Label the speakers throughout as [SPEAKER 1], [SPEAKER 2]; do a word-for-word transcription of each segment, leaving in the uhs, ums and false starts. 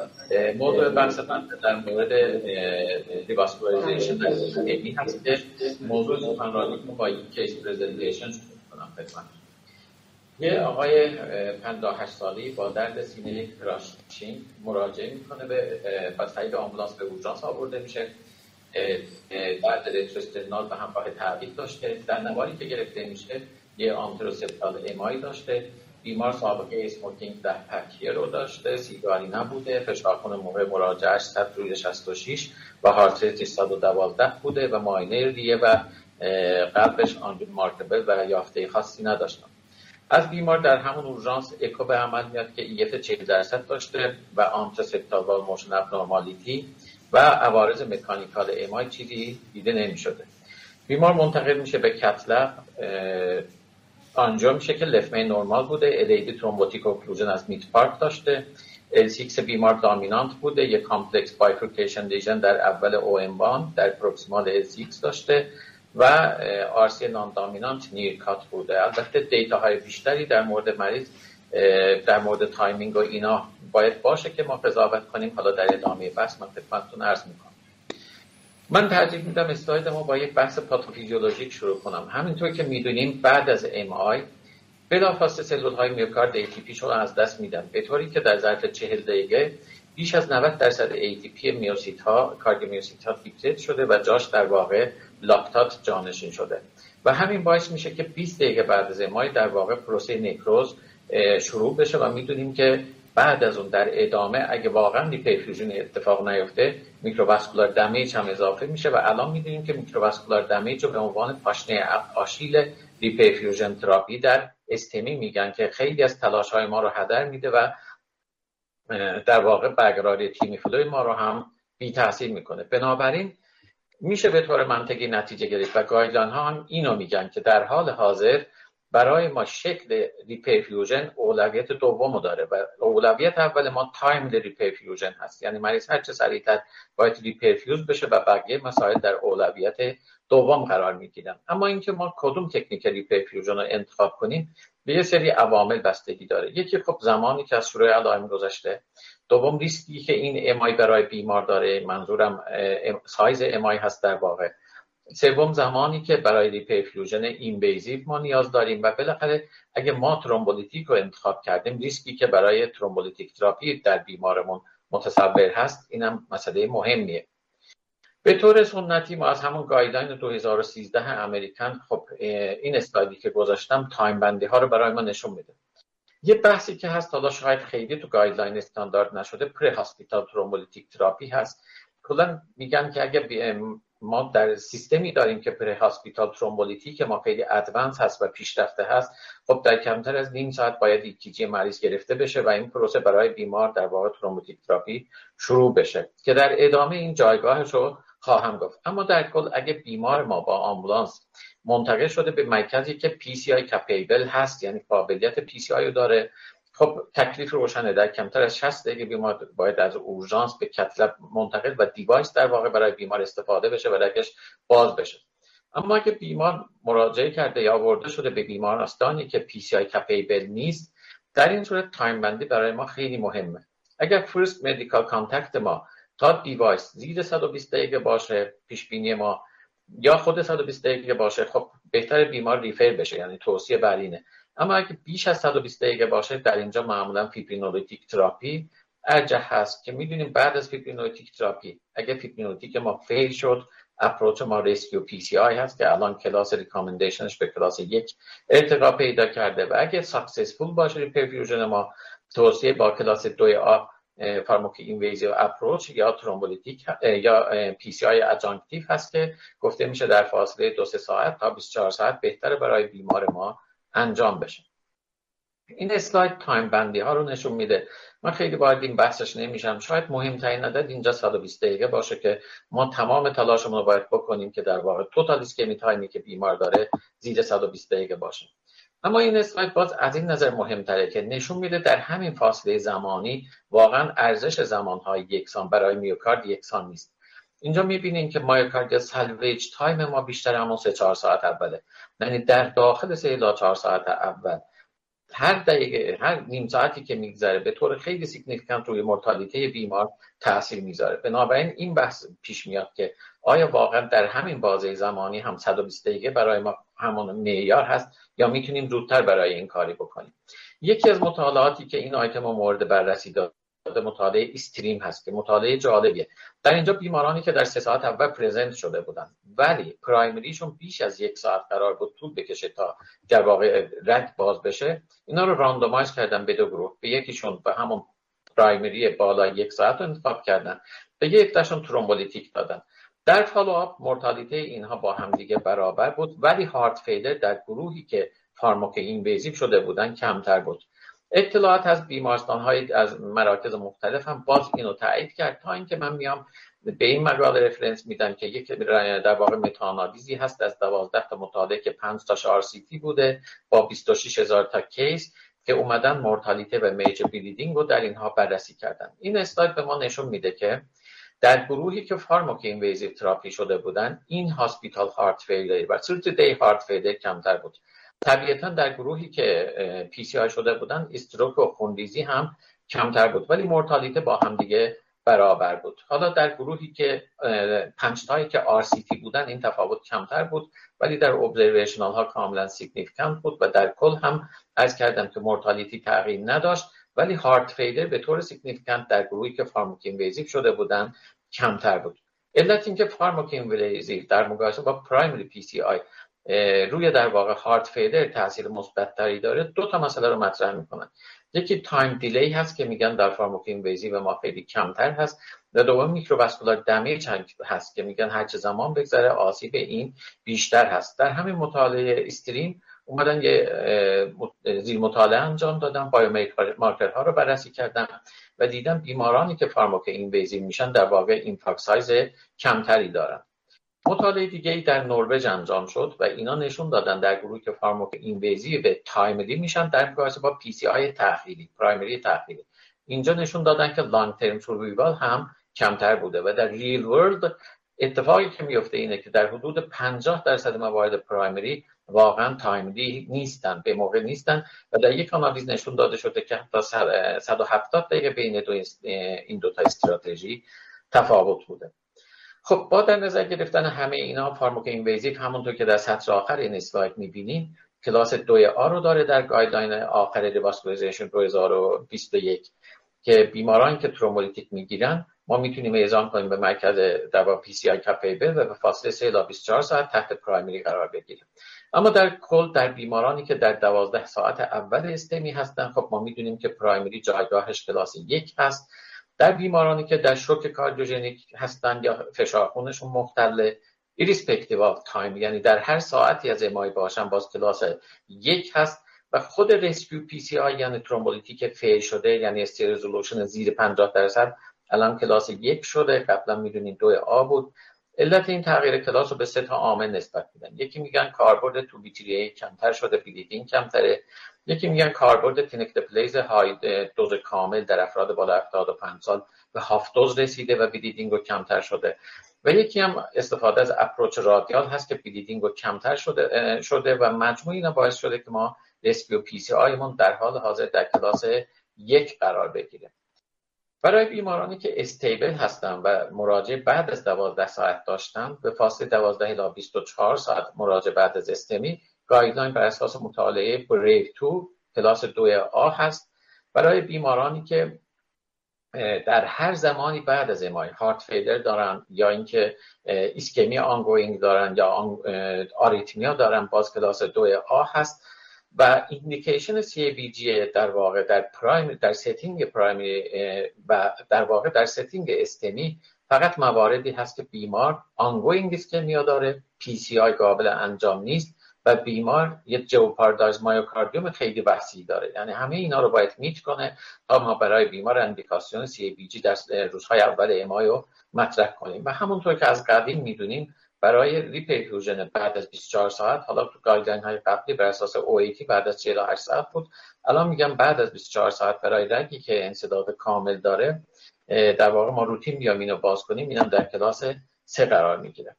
[SPEAKER 1] موضوع بحث من در مورد ریواسکولاریزیشن در ایمی هست که موضوع سخنرانی رو با یک کیس پرزنتیشن شروع کنم خدمت. یه آقای پنجاه و هشت سالی با درد سینه کراشینگ مراجعه میکنه به با تایید آمبولانس به اورژانس آورده میشه. درد رتروسترنال و همراه تعقیب داشته. در نواری که گرفته میشه یه آنتروسپتال امای داشته. بیمار سابقه اسموکینگ ده پکیه رو داشته، سیگاری نبوده، فشار خون موقع مراجعهش صد روی شصت و شش و هارت ریتش صد و دوازده بوده و معاینه ریه و قلبش آنریمارکبل و یافته خاصی نداشتن. از بیمار در همون اورژانس اکو به عمل میاد که ایف چهل درصد داشته و آنتروسپتال وال موشن ابنورمالیتی و عوارض مکانیکال امای چیزی دیده نمی‌شده. بیمار منتقل میشه به کتلب، آنجا میشه که لفمه نورمال بوده، الیدی ترومبوتیک اوکلوژن از میت پارک داشته، ال شش بیمار دامینانت بوده، یک کامپلکس بایفورکیشن لیژن در اول او ام وان در پروکسیمال ال شش داشته و آر سی نان دامینانت نیرکات بوده. البته دیتاهای بیشتری در مورد مریض در مورد تایمینگ و اینا باید باشه که ما قضاوت کنیم. حالا در ادامه بحث من خدمتتون عرض میکنم. من ترجیح میدم اسلاید ما با یک بحث پاتوفیزیولوژیک شروع کنم. همینطور که میدونیم بعد از ام آی بلافاصله سلول‌های میوکارد ای تی پی شو از دست میدن، به طوری که در ظرف چهل دقیقه بیش از نود درصد ای تی پی میوسیت ها کاردیومیوسیت ها فیکسیت شده و جاش در واقع لاکتات جانشین شده و همین باعث میشه که بیست دقیقه بعد از ام آی در واقع پروسه نکروز شروع بشه و میدونیم که بعد از اون در ادامه اگه واقعا ریپرفیوژن اتفاق نیفته میکروواسکولار دمیج هم اضافه میشه و الان میدونیم که میکروواسکولار دمیج رو به عنوان پاشنه آشیل ریپرفیوژن تراپی در استمی میگن که خیلی از تلاش‌های ما رو هدر میده و در واقع برقراری تیمی فلوی ما رو هم بی تاثیر میکنه. بنابراین میشه به طور منطقی نتیجه گرفت و گایدلاین ها هم اینو میگن که در حال حاضر برای ما شکل ریپرفیوژن اولویت دومو داره و اولویت اول ما تایم ریپرفیوژن هست، یعنی مریض هر چه سریعتر باید ریپرفیوز بشه و بقیه مسائل در اولویت دوم قرار میگیرن. اما اینکه ما کدوم تکنیک ریپرفیوژن رو انتخاب کنیم به یه سری عوامل بستگی داره. یکی خب زمانی که از شروع علائم گذشته، دوم ریسکی که این امای برای بیمار داره، منظورم سایز امای هست در واقع، سوم زمانی که برای ریپرفیوژن اینویزیو ما نیاز داریم و بالاخره اگه ما ترومبولیتیک رو انتخاب کردیم ریسکی که برای ترومبولیتیک تراپی در بیمارمون متصور هست اینم مسئله مهمیه. به طور سنتی ما از همون گایدلاین دو هزار و سیزده امریکن خب این اسلایدی که گذاشتم تایم بندی ها رو برای ما نشون میده. یه بحثی که هست حالا شاید خیلی تو گایدلاین استاندارد نشده پری هاسپیتال ترومبولیتیک تراپی هست. کلا میگن که اگه ما در سیستمی داریم که پری هاسپیتال ترومبولیتیک ما خیلی ادوانس هست و پیشرفته هست، خب در کمتر از نیم ساعت باید ایکیجی مریض گرفته بشه و این پروسه برای بیمار در واقع ترومبولیتیک تراپی شروع بشه که در ادامه این جایگاهش رو خواهم گفت. اما در کل اگه بیمار ما با آمبولانس منتقل شده به مرکزی که پی سی آی کپیبل هست، یعنی قابلیت پی سی آی رو داره، خب تکلیف روشنه. در کمتر از شصت دقیقه بیمار باید از اورژانس به کتلب منتقل و دیوایس در واقع برای بیمار استفاده بشه و رگش باز بشه. اما اگه بیمار مراجعه کرده یا آورده شده به بیمارستانی که پی سی آی کپیبل نیست، در این صورت تایم بندی برای ما خیلی مهمه. اگر فرست مدیکال کانتکت ما تا دیوایس زیر صد و بیست دقیقه باشه، پیش بینی ما یا خود صد و بیست دقیقه باشه، خب بهتره بیمار ریفر بشه، یعنی توصیه بر اینه. اما اگه بیش از صد و بیست دقیقه باشه در اینجا معمولا فیبرینولیتیک تراپی ارجح هست که میدونیم بعد از فیبرینولیتیک تراپی اگه فیبرینولیتیک ما فیل شد اپروچ ما ریسکیو پی سی آی هست که الان کلاس ریکامندیشنش به کلاس یک ارتقا پیدا کرده و اگه ساکسسفول باشه ریپرفیوژن ما توصیه با کلاس دو آ فارماکو اینویزیو اپروچ یا ترومبولیتیک یا پی سی آی ادجانکتیو هست که گفته میشه در فاصله دو سه ساعت تا بیست و چهار ساعت بهتره برای بیمار ما انجام بشه. این اسلاید تایم بندی ها رو نشون میده. من خیلی وارد این بحثش نمیشم. شاید مهمترین عدد اینجا صد و بیست دقیقه باشه که ما تمام تلاشمون رو باید بکنیم که در واقع توتال اسکمی تایمی که بیمار داره زیر صد و بیست دقیقه باشه. اما این اسلاید باز از این نظر مهمتره که نشون میده در همین فاصله زمانی واقعا ارزش زمانهای یکسان برای میوکارد یکسان نیست. اینجا میبینیم که مایوکاردیال سالویج تایم ما بیشتر همون سه چهار ساعت اوله، یعنی در داخل سه الی چهار ساعت اول هر دقیقه، هر نیم ساعتی که میگذره به طور خیلی سیگنیفیکانت روی مورتالیته بیمار تاثیر میذاره. بنابراین این بحث پیش میاد که آیا واقعا در همین بازه زمانی هم صد و بیست دقیقه برای ما همون معیار هست یا میتونیم زودتر برای این کاری بکنیم؟ یکی از مطالعاتی که این آیتم مورد بررسی داره مطالعه استریم هست که مطالعه جالبیه. در اینجا بیمارانی که در سه ساعت اول پرزنت شده بودن ولی پرایمریشون بیش از یک ساعت قرار بود طول بکشه تا در واقع رگ باز بشه، اینا رو راندومایز کردن به دو گروه. به یکیشون به همون پرایمری بالا یک ساعت رو انتخاب کردن، به یک تاشون ترومبولیتیک دادن. در فالوآپ مورتالیته اینها با هم دیگه برابر بود ولی هارت فیلر در گروهی که فارماکو اینویزیو شده بودن کمتر بود. اطلاعات از بیمارستان‌های از مراکز مختلف هم باز اینو تایید کرد، تا اینکه من میام به این مقاله رفرنس میدم که یک در واقع متاآنالیزی هست از دوازده تا مطالعه که پنج تاش آر سی تی بوده با بیست و شش هزار تا کیس که اومدن مورتالیته و میجر بلیدینگ رو در اینها بررسی کردن. این اسلاید به ما نشون میده که در گروهی که فارماکو اینویزیو تراپی شده بودن این هاسپیتال هارت فیلر و سورت دی هارت فیلر کمتر بود. طبیعتا در گروهی که پی سی آی شده بودن استروک و خونریزی هم کمتر بود ولی مورتالیته با هم دیگه برابر بود. حالا در گروهی که پنج تایی که آر سی تی بودن این تفاوت کمتر بود ولی در ابزرویشنال ها کاملا سیگنیفیکانت بود و در کل هم عرض کردم که مورتالیتی تغییر نداشت ولی هارت فیلر به طور سیگنیفیکانت در گروهی که فارماکو اینویزیو شده بودن کمتر بود. علت این که فارماکو اینویزیو در مقایسه با پرایمری پی سی آی روی در واقع هارت فیلر تاثیر مثبت تری داره دو تا مسئله رو مطرح میکنن. یکی تایم دیلی هست که میگن در فارماکو اینویزیو ما خیلی کمتر هست و دوم میکروواسکولار دمیج هست که میگن هر چه زمان بگذره آسیب این بیشتر هست. در همین مطالعه استریم اومدن یه زیر مطالعه انجام دادن، بایومارکرها رو بررسی کردن و دیدن بیمارانی که فارماکو اینویزیو میشن در واقع ایمپاکت سایز کمتری دارن. مطالعه دیگه‌ای در نروژ انجام شد و اینا نشون دادن در گروهی که فارماکو اینویزیو به تایملی میشن در مقایسه با پی سی آی تأخیری، پرایمری تأخیری، اینجا نشون دادن که لانگ ترم سوروایوال هم کمتر بوده و در ریل ورلد اتفاقی که میفته اینه که در حدود پنجاه درصد موارد پرایمری واقعا تایملی نیستن، به موقع نیستن و در یک آنالیز نشون داده شده که حتی صد و هفتاد دقیقه بین دو این دو تا استراتژی تفاوت بوده. خب با در نظر گرفتن همه اینا فارماکو اینویزیو همونطور که در سطر آخر این اسلاید می‌بینید کلاس دو آ رو داره در گایدلاین آخر ریواسکولاریزیشن دو هزار و بیست و یک که بیمارانی که ترومبولیتیک میگیرن ما میتونیم اعزام کنیم به مرکز در واقع پی سی آی کپیبل و به فاصله سه تا بیست و چهار ساعت تحت پرایمری قرار بگیریم. اما در کل در بیمارانی که در دوازده ساعت اول استمی هستن خب ما میدونیم که پرایمری جایگاهش کلاس یک هست. در بیمارانی که در شوک کاردیوژنیک هستند یا فشار خونشون مختل ایرسپکتیو آف تایم یعنی در هر ساعتی از امای باشن باز کلاس یک هست و خود ریسکیو پی سی آی یعنی ترومبولیتیک فیل شده یعنی استی رزولوشن زیر پنجاه درصد الان کلاس یک شده، قبلا میدونین دو آ بود. علت این تغییر کلاس رو به سه تا عامل نسبت میدن. یکی میگن کاربرد تو بیتری کمتر شده، بلیدینگ کمتره. یکی میگن کاربرد تینکتپلیز های دوز کامل در افراد بالا هفتاد و پنج سال به هاف دوز رسیده و بلیدینگ رو کمتر شده و یکی هم استفاده از اپروچ رادیال هست که بلیدینگ رو کمتر شده شده و مجموع اینا باعث شده که ما ریسکیو پی سی آی مون در حال حاضر در کلاس یک قرار بگیره. برای بیمارانی که استیبل هستن و مراجعه بعد از دوازده ساعت داشتن به فاصله دوازده الی بیست و چهار ساعت مراجعه بعد از استمی گایدلاین بر اساس مطالعه بریو دو کلاس دو آ هست. برای بیمارانی که در هر زمانی بعد از امای هارت فیلر دارن یا اینکه ایسکمی آنگوینگ دارن یا آریتمیا دارن باز کلاس دو آ هست و ایندیکیشن سی ای بی جی در واقع در پرایم در ستینگ پرایمری و در واقع در ستینگ استمی فقط مواردی هست که بیمار آنگوینگ ایسکمیا داره، پی سی آی قابل انجام نیست و بیمار یک جئوپاردایز مایوکاردیوم خیلی وسیع داره. یعنی همه اینا رو باید میت کنه تا ما برای بیمار اندیکاسیون سی ای بی جی در روزهای اول امای رو مطرح کنیم و همونطور که از قدیم میدونیم برای ریپرفیوژن بعد از بیست و چهار ساعت حالا تو گایدلاین های قبلی بر اساس او ایتی بعد از چهل و هشت ساعت بود، الان میگم بعد از بیست و چهار ساعت برای رگی که انسداد کامل داره در واقع ما روتین بیام اینو باز کنیم اینم در کلاس سه قرار میگیره.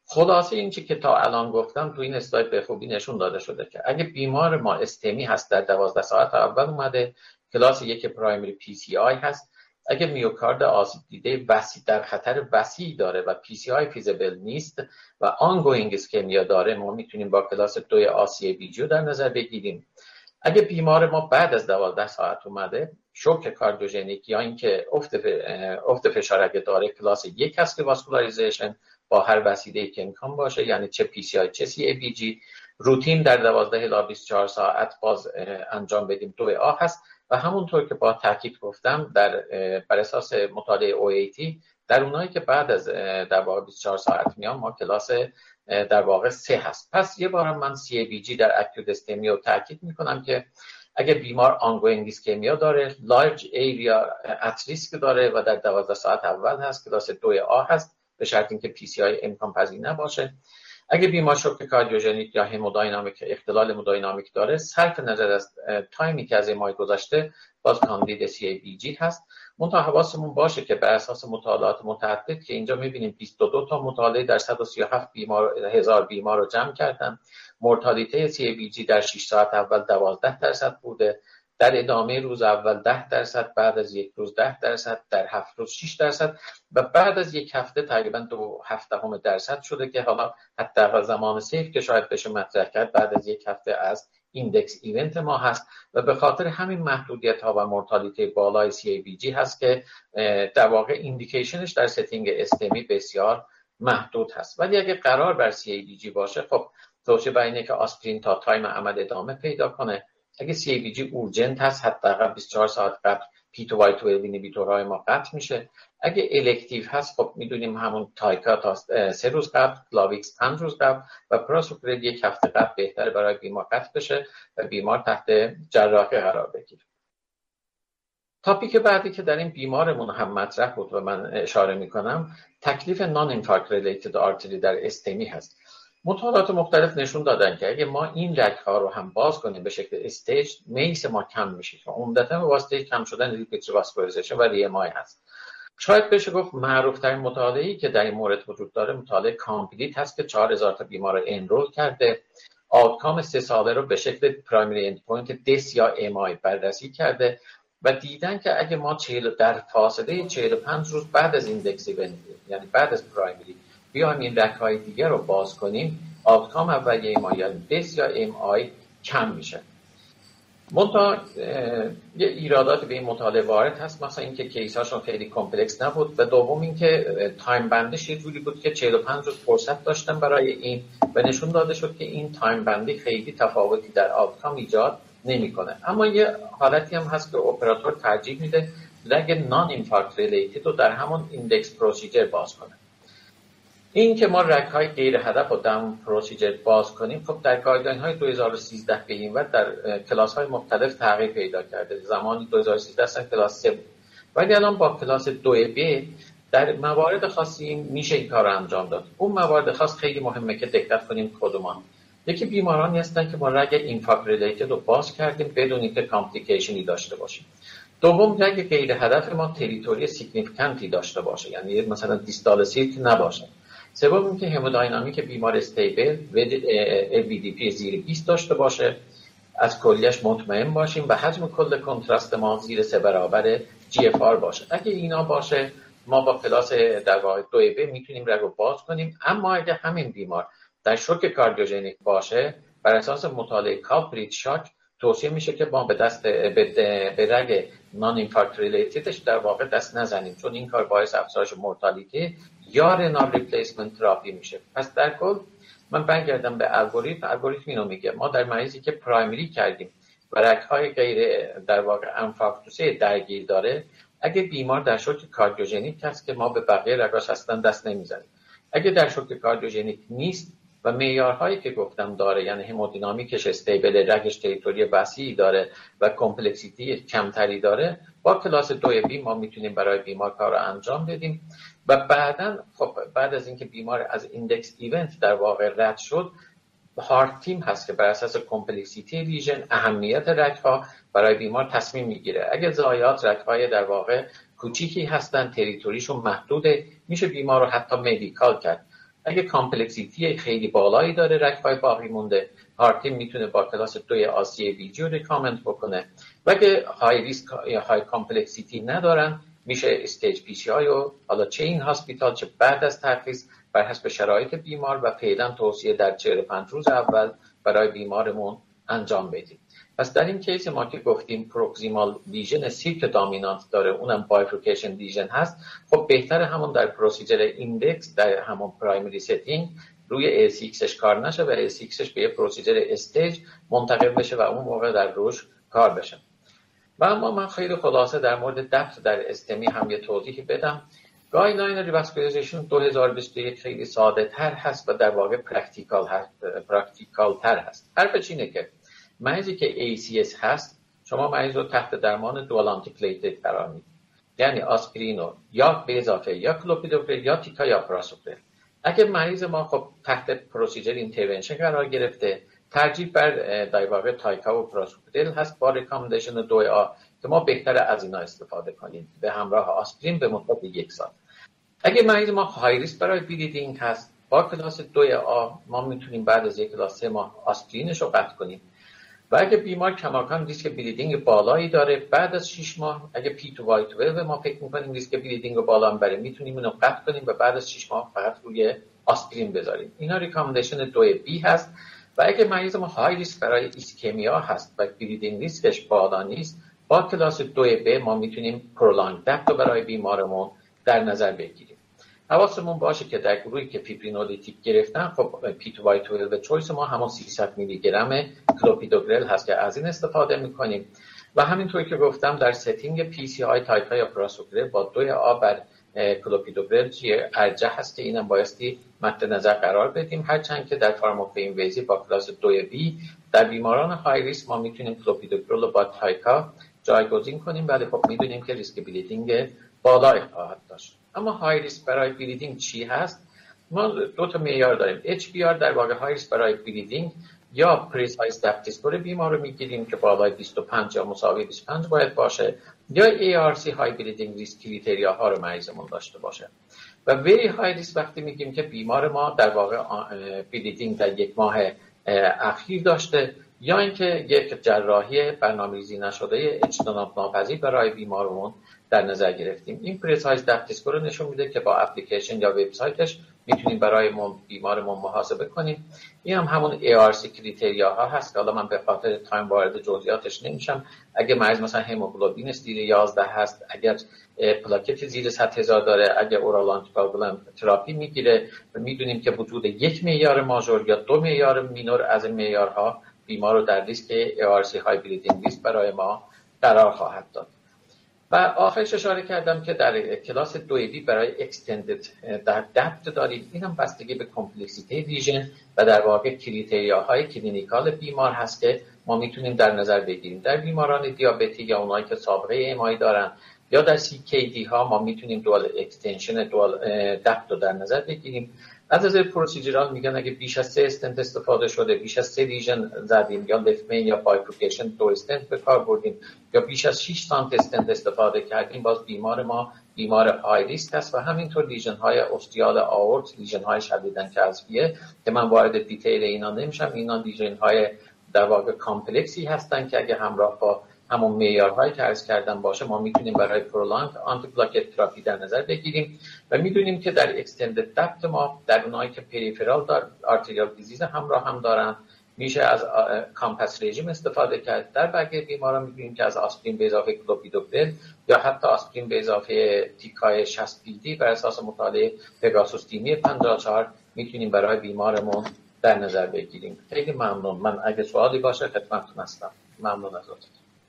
[SPEAKER 1] خلاصه این چی که تا الان گفتم تو این اسلاید به خوبی نشون داده شده که اگه بیمار ما استمی هست در دوازده ساعت اول اومده، کلاس یک پرایمری پی سی آی هست، اگه میوکارد آسیب دیده وسیع در خطر وسیع داره و پی سی آی فیزیبل نیست و آنگوینگ اسکمیا داره، ما میتونیم با کلاس دو آسی بی جی در نظر بگیریم. اگه بیمار ما بعد از دوازده ساعت اومده، شوک کاردیوژنیک یا اینکه افت افت فشار اگه داره، کلاس یک هست که واسکولاریزیشن با هر وسیله‌ای که امکان باشه، یعنی چه پی سی آی چه سی ای بی جی، روتین در دوازده الی بیست و چهار ساعت باز انجام بدیم دو آ هست. و همونطور که با تاکید گفتم در بر اساس مطالعه او ای تی در اونایی که بعد از در واقع بیست و چهار ساعت میان، ما کلاس در واقع سه هست. پس یه بار من سی ای بی جی در اکوت استمی رو تاکید میکنم که اگه بیمار آنگوینگ اسکمیا داره، لارج ایریا ات ریسک داره و در دوازده ساعت اول هست، کلاس دو آ هست به شرط اینکه پی سی آی امکان پذیر نباشه. اگه بیمار شوک کاردیوژنیک یا همودینامیک اختلال همودینامیک داره، صرف نظر از تایمی که از ماه گذشته باز کاندید سی ای بی جی هست. منتها حواسمون باشه که بر اساس مطالعات متعدد که اینجا می‌بینیم بیست و دو تا مطالعه در صد و سی و هفت بیمار هزار بیمار رو جمع کردن، مورتالیته سی ای بی جی در شش ساعت اول دوازده درصد بوده، در ادامه روز اول ده درصد، بعد از یک روز ده درصد، در هفت روز شش درصد و بعد از یک هفته تقریبا دو هفتم درصد شده که حالا حتی زمان سیف که شاید بشه مطرح کرد بعد از یک هفته از ایندکس ایونت ما هست و به خاطر همین محدودیت ها و مورتالیته بالای سی ای بی جی هست که در واقع ایندیکیشنش در ستینگ استمی بسیار محدود هست. ولی اگه قرار بر سی ای بی جی باشه، خب توصیه بر اینه که آسپرین تا تایم عمل ادامه پیدا کنه. اگه سی ای بی جی اورجنت هست، حداقل بیست و چهار ساعت قبل پی تو وای دوازده اینیبیتورهای ما قطع میشه. اگه الکتیو هست، خب میدونیم همون تایکا تا سه روز قبل، کلاویکس پنج روز قبل و پراسوپرید یک هفته قبل بهتره برای بیمار قطع بشه و بیمار تحت جراحی قرار بگیره. تاپیک بعدی که در این بیمارمون هم مطرح بود و من اشاره میکنم، تکلیف نان اینفارکت ریلیتد آرتری در استمی هست. مطالعات مختلف نشون دادن که اگه ما این رگ‌ها رو هم باز کنیم به شکل استیج، میس ما کم میشه و عمدتاً به واسطه کم شدن ریپیتری واسکولاریزیشن و ری ام آی هست. شاید بشه گفت معروف‌ترین مطالعه‌ای که در این مورد وجود داره مطالعه کامپلیت هست که چهار هزار تا بیمار انرول کرده، آوتکام سه ساله رو به شکل پرایمری اندپوینت دس یا ام آی بررسی کرده و دیدن که اگه ما چهل در فاصله چهل و پنج روز بعد از ایندکس ایونت، یعنی بعد از پرایمری، بیایم این رگ‌های دیگر رو باز کنیم، آوتکام اولیه ما یعنی دس یا ام آی کم میشه. منتها یه ایرادات به این مطالعه وارد هست، مثلا اینکه کیس هاشون خیلی کامپلکس نبود و دوم اینکه تایم بندش یه جوری بود که چهل و پنج روز فرصت داشتن برای این و نشون داده شد که این تایم بندی خیلی تفاوتی در آوتکام ایجاد نمیکنه. اما یه حالتی هم هست که اپراتور ترجیح میده رگ نان اینفارکت ریلیتد رو در همون ایندکس پروسیجر باز کنه. این که ما رگ‌های غیر هدف رو در پروسیجر باز کنیم، خب در گایدلاین های دو هزار و سیزده به این وقت در کلاس های مختلف تغییر پیدا کرده. زمان دو هزار و سیزده اصلا کلاس سه بود، ولی الان با کلاس دو بی در موارد خاصی میشه این کار رو انجام داد. اون موارد خاص خیلی مهمه که دقت کنیم کدومان. یکی بیمارانی هستن که ما رگ اینفارکت ریلیتد رو باز کردیم بدون اینکه کامپلیکیشنی داشته باشیم. دوم، رگ غیر هدف ما تریتوری سیگنیفیکانتی داشته باشه، یعنی مثلا دیستال سیرک نباشه. سوم اینکه همودینامیک بیمار استیبل و ال وی دی پی زیر بیست داشته باشه، از کلیش مطمئن باشیم و حجم کل کنتراست ما زیر سه برابر جی اف آر باشه. اگه اینا باشه ما با کلاس در واقع دو بی میتونیم رگ رو باز کنیم. اما اگه همین بیمار در شوک کاردیوژنیک باشه، بر اساس مطالعه کالپریت شاک توصیه میشه که ما به دست به, به رگ نان اینفارکت ریلیتدش در واقع دست نزنیم، چون این کار باعث افزایش مورتالیتی یا رنال ریپلیسمنت تراپی میشه. پس در کل من برگردم به الگوریتم. الگوریتم اینو میگه ما در مریضی که پرایمری کردیم و رگ‌های غیر در واقع انفارکتوسه درگیر داره، اگه بیمار در شوک کاردیوژنیک هست که ما به بقیه رگاش اصلا دست نمیزنیم. اگه در شوک کاردیوژنیک نیست و معیارهایی که گفتم داره، یعنی همودینامیکش استیبل، رگش تریتوری وسیعی داره و کمپلکسیتی کمتری داره، با کلاس دو بی ما میتونیم برای بیمار کار رو انجام بدیم. و بعداً خب بعد از اینکه بیمار از ایندکس ایونت در واقع رد شد، هارت تیم هست که بر اساس کمپلکسیتی لیژن، اهمیت رگ‌ها برای بیمار تصمیم میگیره. اگه ضایعات رگ‌های در واقع کوچیکی هستن، تریتوریشون محدوده، میشه بیمار رو حتی مدیکال کرد. اگه کامپلکسیتی خیلی بالایی داره، رگ‌های باقی مونده، هارتیم میتونه با کلاس دوی آسی وی جی رو ریکامند بکنه. و اگه های ریسک یا های کامپلکسیتی ندارن، میشه استیج پی سی آی و حالا چه این هاسپیتال چه بعد از ترخیص بر حسب شرایط بیمار و فعلا توصیه در چهل و پنج روز اول برای بیمارمون انجام بدیم. پس در این کیس ما که گفتیم پروکسیمال لیژن سیرک دامینانت داره، اونم بایفورکیشن لیژن هست، خب بهتر همون در پروسیجر ایندکس در همون پرایمری ستینگ روی ای سی ایکسش کار نشه و ای سی ایکسش به یه پروسیجر استیج منتقل بشه و اون موقع در روش کار بشه. و اما من خیلی خلاصه در مورد دپت در استمی هم یه توضیحی بدم. گایدلاین ریواسکولاریزیشن دو هزار و بیست و یک خیلی ساده تر هست و در واقع پرکتیکال هست، پرکتیکال تر هست. حرفش اینه که مریضی که ای سی اس هست، شما مریض رو تحت درمان دوال آنتیپلیتد قرار میدید، یعنی آسپرین یا به اضافه یا کلوپیدوگرل یا تیکا یا پراسوپرل. اگه مریض ما خب تحت پروسیجر اینترونشن قرار گرفته، ترجیح بر در واقع تایکا و پراسوپرل هست با ریکامندیشن دو آ که ما بهتره از اینا استفاده کنیم به همراه آسپرین به مدت یک سال. اگه مریض ما های ریسک برای بلیدینگ هست، با کلاس دو آ ما میتونیم بعد از یک کلاس سه ماه آسپرینش رو قطع کنیم. و اگه بیمار کماکان ریسک بلیدینگ بالایی داره، بعد از شش ماه اگه پی تو وای دوازده ما فکر می‌کنیم ریسک بلیدینگ رو بالا میبره، میتونیم اینو قطع کنیم و بعد از شش ماه فقط روی آسپرین بذاریم. اینا ریکامندیشن دو بی هست. و اگه مریض ما های ریسک برای ایسکمیا هست و بلیدینگ ریسکش بالا نیست، با کلاس دو بی ما میتونیم پرولانگ دپت رو برای بیمارمون در نظر بگیریم. حواسمون باشه که در گروهی که فیبرینولیتیک گرفتن، خب پی تو وای دوازده چویس ما همون سیصد میلی گرم کلوپیدوگرل هست که از این استفاده میکنیم. و همینطوری که گفتم در ستینگ پی سی آی تایکا یا پراسوپرل با دوی آ بر کلوپیدوگرل ارجح هست که اینم بایستی مد نظر قرار بدیم، هرچند که در فارماکوینویزی با کلاس دو بی در بیماران های ریسک ما میتونیم کلوپیدوگرل رو با تایکا جایگزین کنیم، ولی خب میدونیم که ریسک بلیدینگ بالایی خواهد داشت. اما های ریسک برای بلیدینگ چی هست؟ ما دو تا معیار داریم. اچ بی آر در واقع های ریسک برای بلیدینگ یا پریسایز دپت اسکور بیمار رو میگیریم که بالای بیست و پنج یا مساوی بیست و پنج باید باشه، یا ای آر سی های بلیدینگ ریسک کریتریا ها رو مریضمون داشته باشه. و وری های ریسک وقتی میگیم که بیمار ما در واقع بلیدینگ در یک ماه اخیر داشته، یا اینکه یک جراحی برنامه‌ریزی نشده اجتناب ناپذیر برای بیمارمون در نظر گرفتیم. این پریسایز دپت اسکور نشون میده که با اپلیکیشن یا وبسایتش میتونیم برای بیمارمون محاسبه کنیم. این هم همون ای آر سی کریتریا ها هست که حالا من به خاطر تایم وارد جزئیاتش نمیشم. اگه مریض مثلا هموگلوبین زیر یازده هست، اگر پلاکت زیر صد هزار داره، اگر اورال آنتیکواگولانت تراپی میگیره و میدونیم که وجود یک معیار ماژور یا دو معیار مینور از این معیارها بیمار رو در لیست ای آر سی های بلیدینگ لیست برای ما قرار خواهد داد. و آخرش اشاره کردم که در کلاس دو بی برای اکستندد در دپت داریم. این هم بستگی به کمپلکسیته لیژن و در واقع کریتریاهای کلینیکال بیمار هست که ما میتونیم در نظر بگیریم. در بیماران دیابتی یا اونایی که سابقه ایمای دارن یا در سی کی دی ها ما میتونیم دوال اکستنشن دوال دپت رو در نظر بگیریم. از نظر پروسیجرال میگن اگه بیش از سه استنت استفاده شده، بیش از سه لیژن زدیم یا لفمین یا بایفورکیشن دو استنت به کار بردیم یا بیش از شش سانت استنت استفاده کردیم، باز بیمار ما بیمار های ریسک است. و همینطور لیژن های اوستیال آورت، لیژن های شدیداً کذبیه که من وارد دیتیل اینا نمیشم، اینا لیژن های در واقع کامپلکسی هستن که اگه همراه با همون معیارهایی که عرض کردم باشه ما میتونیم برای پرولانگ آنتی پلاکت تراپی در نظر بگیریم. و میدونیم که در اکستندد دپت ما در اونایی که پریفرال دار آرتریال دیزیز همراه هم دارن میشه از کامپس رژیم استفاده کرد. در بقیه بیماران می‌بینیم که از آسپرین به اضافه کلوپیدوگرل یا حتی آسپرین به اضافه تیکای شصت پی دی بر اساس مطالعه پگاسوس تیمی پنجاه و چهار میتونیم برای بیمارمون در نظر بگیریم. خیلی ممنون. من اگه سوالی باشه خدمتتون هستم. ممنون از لطفتون.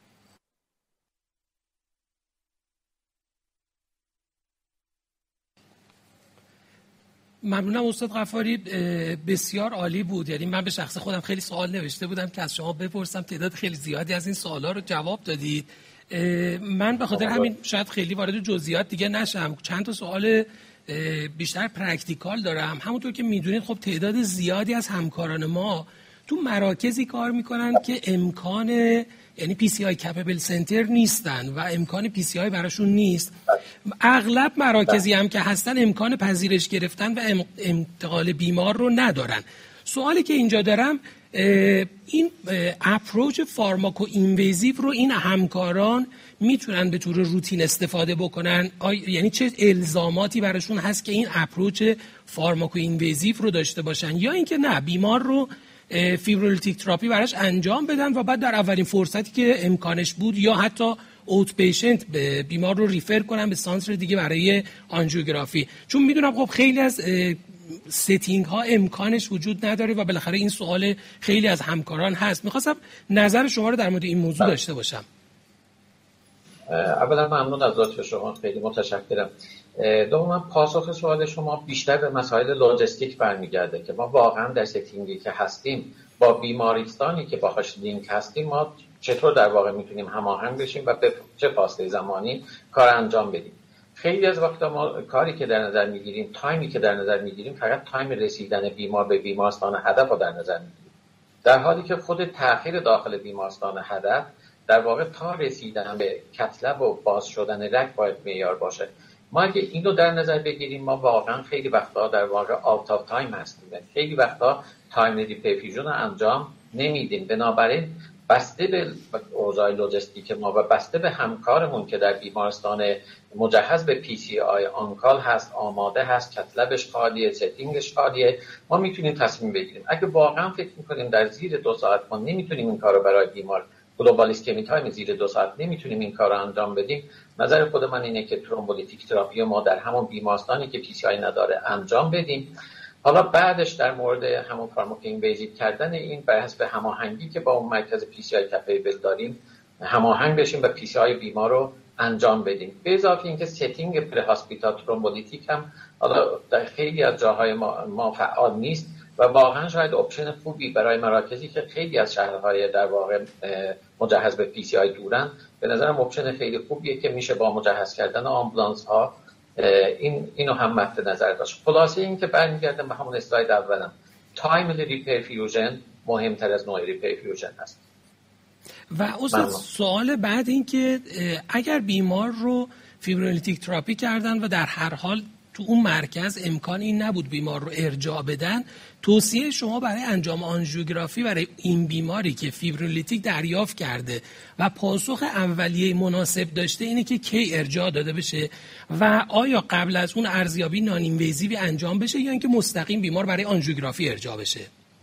[SPEAKER 2] ممنونم استاد غفاری، بسیار عالی بود. یعنی من به شخص خودم خیلی سوال نوشته بودم که از شما بپرسم، تعداد خیلی زیادی از این سوالا رو جواب دادید. من به خاطر همین شاید خیلی وارد جزئیات دیگه نشم، چند تا سوال بیشتر پرکتیکال دارم. همونطور که میدونید خب تعداد زیادی از همکاران ما تو مراکزی کار میکنن که امکان یعنی پی سی آی کپبل سنتر نیستن و امکان پی سی آی براشون نیست. اغلب مراکزی هم که هستن امکان پذیرش گرفتن و انتقال بیمار رو ندارن. سوالی که اینجا دارم، این اپروچ فارماکو اینویزیو رو این همکاران میتونن به طور روتین استفاده بکنن؟ یعنی چه الزاماتی براشون هست که این اپروچ فارماکو اینویزیو رو داشته باشن، یا اینکه نه بیمار رو فیبرولیتیک تراپی براش انجام بدن و بعد در اولین فرصتی که امکانش بود یا حتی اوت پیشنت به بیمار رو ریفر کنن به سانتر دیگه برای آنژیوگرافی؟ چون میدونم خب خیلی از ستینگ ها امکانش وجود نداره و بالاخره این سوال خیلی از همکاران هست. میخواستم نظر شما رو در مورد این موضوع داشته باشم.
[SPEAKER 1] اولا ممنون از لطف شما، خیلی متشکرم. دوما پاسخ سوال شما بیشتر به مسائل لوجستیک برمیگرده که ما واقعا در ستینگی که هستیم با بیمارستانی که باهاش لینک هستیم ما چطور در واقع میتونیم هماهنگ بشیم و به چه فاصله زمانی کار انجام بدیم. خیلی از وقتا ما کاری که در نظر میگیریم، تایمی که در نظر میگیریم فقط تایم رسیدن بیمار به بیمارستان هدف رو در نظر میگیریم، در حالی که خود تأخیر داخل بیمارستان هدف در واقع تا رسیدن به کتلب و باز شدن رگ باید معیار باشه. ما اگه اینو در نظر بگیریم ما واقعا خیلی وقتا در واقع آوت آف تایم هستیم، خیلی وقتا تایم ریپرفیوژن رو انجام نمیدیم. بنابراین بسته به اوضاع لوجستیک ما و بسته به همکارمون که در بیمارستان مجهز به پی سی آی آنکال هست، آماده هست، کتلبش خالیه، ستینگش خالیه، ما میتونیم تصمیم بگیریم. اگه واقعا فکر میکنیم در زیر دو ساعت ما نمیتونیم این کار رو برای بیمار گلوبال اسکمی تایم زیر دو ساعت نمیتونیم این کار رو انجام بدیم، نظر خود من اینه که ترومبولیتیک تراپی ما در همون بیمارستانی که پی سی آی نداره انجام بدیم. حالا بعدش در مورد همون فارماکو بیزیک کردن این بر حسب هماهنگی که با اون مرکز پی سی آی کپیبل داریم هماهنگ بشیم و پی سی آی بیمار رو انجام بدیم. به اضافه اینکه ستینگ پری هاسپیتال ترومبولیتیک هم حالا در خیلی از جاهای ما, ما فعال نیست و واقعا شاید اپشن خوبی برای مراکزی که خیلی از شهرهای در واقع مجهز به پی سی آی دورن، به نظرم اپشن خیلی خوبیه که میشه با مجهز کردن آمبولانس ها این اینو هم مد نظر داشت. خلاصه این که برمیگردم به همون اسلاید اولم، تایملی ریپرفیوژن مهمتر از نوع ریپرفیوژن هست.
[SPEAKER 2] و استاد سوال بعد این که اگر بیمار رو فیبرولیتیک تراپی کردن و در هر حال تو اون مرکز امکان این نبود بیمار رو ارجاع بدن، توصیه شما برای انجام آنژیوگرافی برای این بیماری که فیبرولیتیک دریافت کرده و پاسخ اولیه مناسب داشته اینه که کی ارجاع داده بشه و آیا قبل از اون ارزیابی نان اینویزیو انجام بشه یا اینکه مستقیم بیمار برای آنژیوگرافی ارجاع بشه؟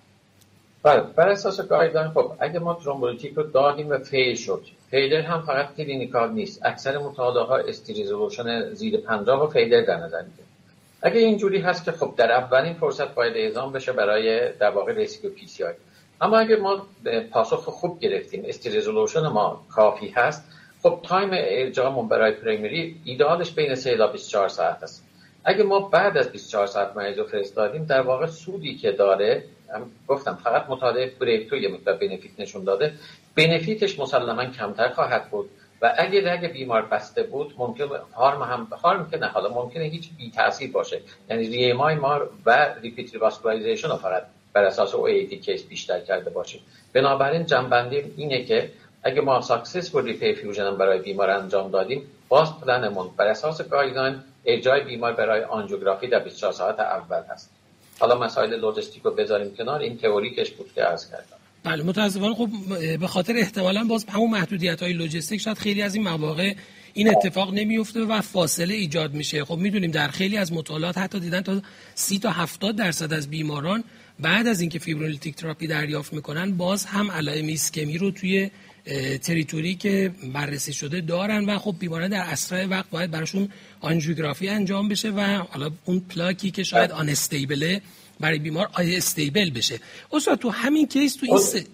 [SPEAKER 1] بله، بر اساس گایدلاین خب اگه ما ترومبولیتیک رو دادیم و فیل شد، فیلر هم فقط کلینیکال نیست، اکثر مطالعه ها استریزولوشن زیر پنجاه و فیلر در نظر میگیره. اگه اینجوری هست که خب در اولین فرصت باید اعزام بشه برای در واقع ریسیو پی سی آی. اما اگه ما پاسخ خوب گرفتیم، استریزولوشن ما کافی هست، خب تایم ارجاعمون برای پریمری ایدئالش بین سه تا بیست و چهار ساعت است. اگه ما بعد از بیست و چهار ساعت مریض رو فرستادیم، در واقع سودی که داره، گفتم فقط مطالعه بریک تو یه مقدار بنفیت نشون داده، بنفیتش مسلما کمتر خواهد بود و اگه رگ بیمار بسته بود ممکن هارم هم هارم که نه، حالا ممکنه هیچ بی تاثیر باشه، یعنی ری ام آی ما و ریپیت ریواسکولاریزیشن رو فقط بر اساس او ای تی کیس بیشتر کرده باشیم. بنابراین جنبندی اینه که اگه ما ساکسسفول ریپرفیوژن برای بیمار انجام دادیم، باز پلنمون بر اساس گایدلاین ارجاع بیمار برای آنژیوگرافی در بیست و چهار ساعت اول هست. حالا مسائل لوجستیک رو بذاریم کنار، این تئوریکش بود که عرض کردم.
[SPEAKER 2] بله متاسفانه خب به خاطر احتمالاً باز همون محدودیت‌های لوجستیک شاید خیلی از این مواقع این اتفاق نمیفته و فاصله ایجاد میشه. خب میدونیم در خیلی از مطالعات حتی دیدن تا سی تا هفتاد درصد از بیماران بعد از اینکه فیبرولیتیک تراپی دریافت میکنن باز هم علائم ایسکمی رو توی تریتوری که بررسی شده دارن و خب بیماران در اسرع وقت باید براشون آنژیوگرافی انجام بشه و حالا اون پلاکی که شاید آن استیبله برای بیمار آی استیبل بشه. استاد تو همین کیس تو این س...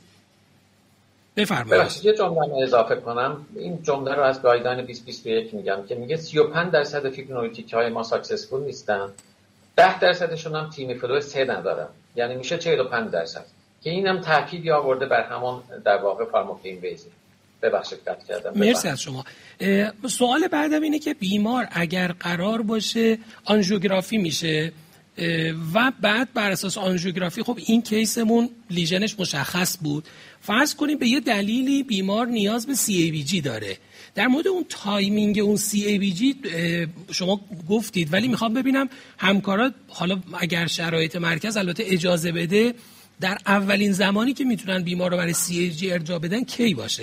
[SPEAKER 2] بفرمایید.
[SPEAKER 1] یه جمله اضافه کنم، این جمله رو از گایدلاین بیست بیست و یک میگم که میگه سی و پنج درصد فیبرینولیتیک های ما ساکسسفول نیستن، ده درصدشون هم تیمی فلو سه ندارن، یعنی میشه چهل و پنج درصد که اینم تأکیدی آورده بر همون در واقع فارماکو اینویزیو. ببخشید قطع کردم.
[SPEAKER 2] مرسی از شما. سوال بعدم اینه که بیمار اگر قرار باشه آنژیوگرافی میشه و بعد بر اساس آنژیوگرافی خب این کیسمون لیژنش مشخص بود. فرض کنیم به یه دلیلی بیمار نیاز به سی ای بی جی داره. در مورد اون تایمینگ اون سی ای بی جی شما گفتید، ولی میخوام ببینم همکارات حالا اگر شرایط مرکز البته اجازه بده در اولین زمانی که میتونن بیمار رو برای سی ای بی جی ارجاع بدن کی باشه؟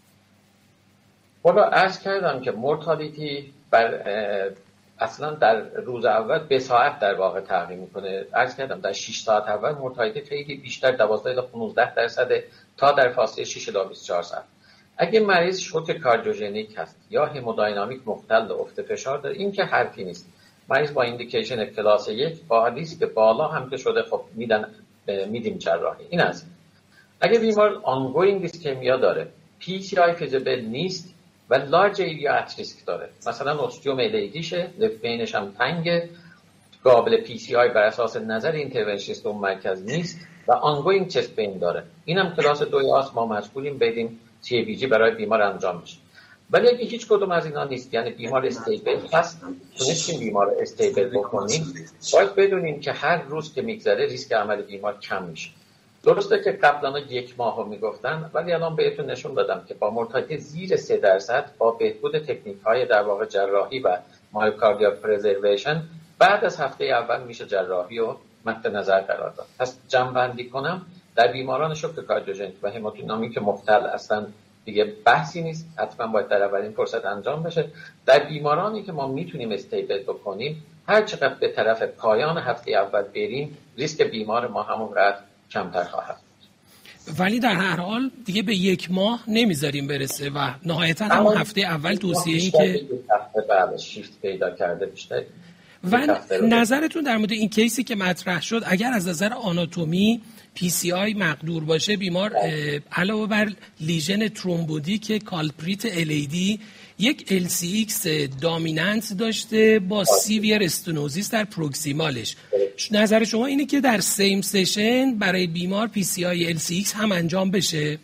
[SPEAKER 1] والا عرض کردم که مورتالیتی بر اصلا در روز اول به ساعت در واقع تغییر میکنه. عرض کردم در شش ساعت اول مورتالیتی خیلی بیشتر دوازده تا پانزده درصد تا در فاصله شش تا بیست و چهار ساعت. اگه مریض شوک کاردیوژنیک هست یا همودینامیک مختل افت فشار داره، این که حرفی نیست. مریض با ایندیکیشن کلاس یک با ریسک بالا هم که شده خب میدن میدیم جراحی. این از اگه بیمار آنگوینگ ایسکمیا داره، پی سی آی فیزیبل نیست و لارج ایریا ات ریسک داره، مثلا استیوملیدیشه، لفت بینش هم تنگه، قابل پی سی آی بر اساس نظر اینترونشنیست اون مرکز نیست و آنگوینگ چست بین داره، اینم کلاس دوی آس ما مجبوریم بدیم سی ای بی جی برای بیمار انجام بشه. ولی اگه هیچ کدوم از اینا نیست، یعنی بیمار استیبل هست، تونستیم بیمار استیبل بکنیم، باید بدونیم که هر روز که میگذره ریسک عمل بیمار کم میشه. درسته که قبلا یک ماه رو میگفتن، ولی الان بهتون نشون دادم که با مورتالیتی زیر سه درصد با بهبود تکنیک های در واقع جراحی و مایوکاردیال پرزرویشن بعد از هفته اول میشه جراحی رو مد نظر قرار داد. پس جمع‌بندی کنم، در بیماران شوک کاردیوژنیک و همودینامیک مختل اصلا دیگه بحثی نیست، حتما باید در اولین فرصت انجام بشه. در بیمارانی که ما میتونیم استیبل بکنیم، هر چقدر به طرف پایان هفته اول بریم، ریسک بیمار ما همونقدر کمتر خواهد.
[SPEAKER 2] ولی در هر حال دیگه به یک ماه نمیذاریم برسه و نهایتا همون هفته اول توصیه این که
[SPEAKER 1] بله شیفت پیدا کرده بیشتر.
[SPEAKER 2] و نظرتون در مورد این کیسی که مطرح شد، اگر از نظر آناتومی پی سی آی مقدور باشه، بیمار علاوه بر لیژن ترومبودیک کالپریت ال ای دی یک ال سی ایکس دامیننت داشته با سیویر استنوزیس در پروکسیمالش. نظر شما اینه که در سیم سشن برای بیمار پی سی آی ال سی ایکس هم انجام بشه؟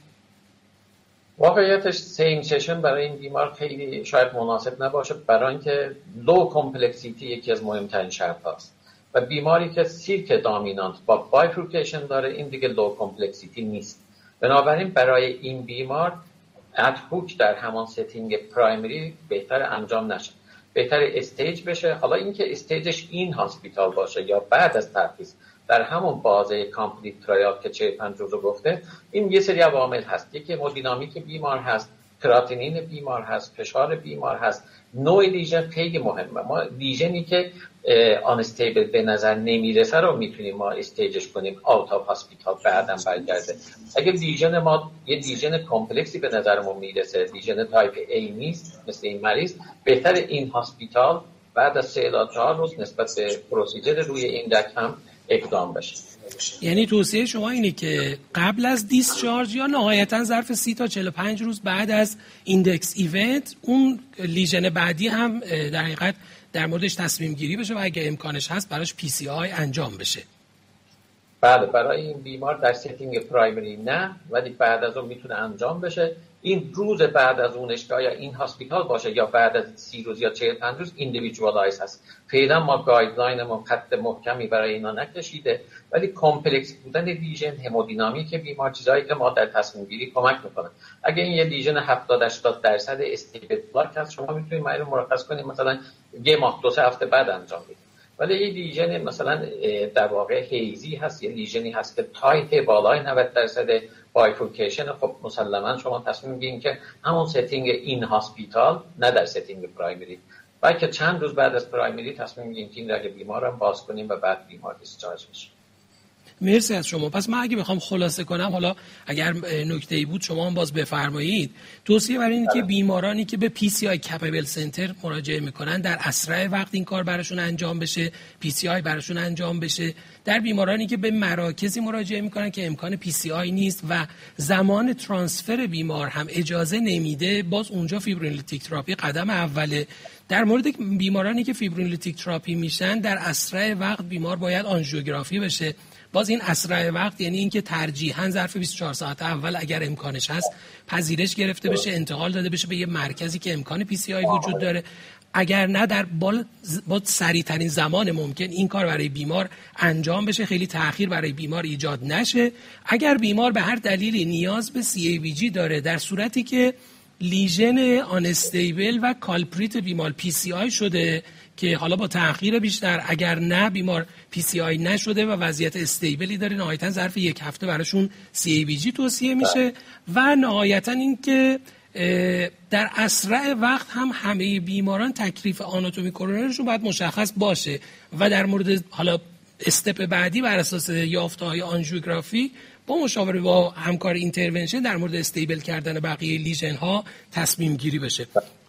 [SPEAKER 1] واقعیتش سیم سشن برای این بیمار خیلی شاید مناسب نباشه، برای اینکه لو کمپلکسیتی یکی از مهمترین شرط هاست و بیماری که سیرک دامینانت با بایفورکیشن داره این دیگه لو کمپلکسیتی نیست. بنابراین برای این بیمار ادهوک در همان ستینگ پرایمری بهتر انجام نشه، بهتر استیج بشه. حالا اینکه استیجش این هاسپیتال باشه یا بعد از ترخیص در همون بازه کامپلیت ترایال که چه پنج روز گفته، این یه سری عوامل هست. یکی همودینامیک بیمار هست، کراتینین بیمار هست، فشار بیمار هست، نوع لیژن خیلی مهمه. ما لیژنی که آنستیبل به نظر نمیرسه رو میتونیم ما استیجش کنیم آوت آف هاسپیتال بعدم برگرده. اگه لیژن ما یه لیژن کمپلکسی به نظرمون میرسه، لیژن تایپ A نیست مثل این مریض، بهتر این هاسپیتال بعد از سه تا چهار روز نسبت به پروسیجر روی این دک هم اقدام بشه.
[SPEAKER 2] یعنی توصیه شما اینه که قبل از دیسچارج یا نهایتا ظرف سی تا چهل و پنج روز بعد از ایندکس ایونت اون لیژن بعدی هم در حقیقت در موردش تصمیم گیری بشه و اگه امکانش هست براش پی سی آی انجام بشه.
[SPEAKER 1] بله، برای این بیمار در ستینگ پرایمری نه، ولی بعد از اون میتونه انجام بشه. این روز بعد از اونش که آیا این هاسپیتال باشه یا بعد از سی روز یا چهل پنج روز ایندیویدوالایز هست. فعلا ما گایدلاینمون خط محکمی برای اینا نکشیده، ولی کامپلکس بودن لیژن، همودینامیک بیمار چیزایی که ما در تصمیم گیری کمک میکنه. اگه این یه لیژن هفتاد هشتاد درصد استیبل بلاک هست، شما میتونید مریض رو مرخص کنید مثلا یه ماه دو سه هفته بعد انجام بدید. ولی این لیژن مثلا در واقع هیزی هست، یه لیژنی هست که تایت بالای نود درصد بایفورکیشن، خب مسلما شما تصمیم گیرین که همون ستینگ این هاسپیتال نه در ستینگ پرایمری، بلکه چند روز بعد از پرایمری تصمیم گیرین که این رگ بیمار هم باز کنیم و بعد بیمار دیسچارج بشه.
[SPEAKER 2] مرسی از شما. پس من اگه بخوام خلاصه کنم، حالا اگر نکته‌ای بود شما هم باز بفرمایید. توصیه برای اینه که بیمارانی که به پی سی آی کپبل سنتر مراجعه میکنن در اسرع وقت این کار براشون انجام بشه، پی سی آی براشون انجام بشه. در بیمارانی که به مراکزی مراجعه میکنن که امکان پی سی آی نیست و زمان ترانسفر بیمار هم اجازه نمیده، باز اونجا فیبرینولیتیک تراپی قدم اوله. در مورد بیمارانی که فیبرینولیتیک تراپی میشن در اسرع وقت بیمار باید آنژیوگرافی بشه. باز این اسرع وقت یعنی اینکه ترجیحاً ظرف بیست و چهار ساعت اول اگر امکانش هست پذیرش گرفته بشه، انتقال داده بشه به یه مرکزی که امکان پی سی آی وجود داره. اگر نه در با سریع ترین زمان ممکن این کار برای بیمار انجام بشه، خیلی تأخیر برای بیمار ایجاد نشه. اگر بیمار به هر دلیلی نیاز به سی ای وی جی داره، در صورتی که لیژن آنستیبل و کالپریت بیمار پی سی آی شده که حالا با تأخیر بیشتر، اگر نه بیمار پی سی آی نشده و وضعیت استیبلی داره، نهایتا ظرف یک هفته براشون سی ای وی جی توصیه میشه. و نهایتا این که در اسرع وقت هم همه بیماران تکلیف آناتومی کرونرشون باید مشخص باشه و در مورد حالا استپ بعدی بر اساس یافته‌های آنژیوگرافی با مشاوره با همکار اینترونشن در مورد استیبل کردن بقیه لیژن ها تصمیم گیری بشه.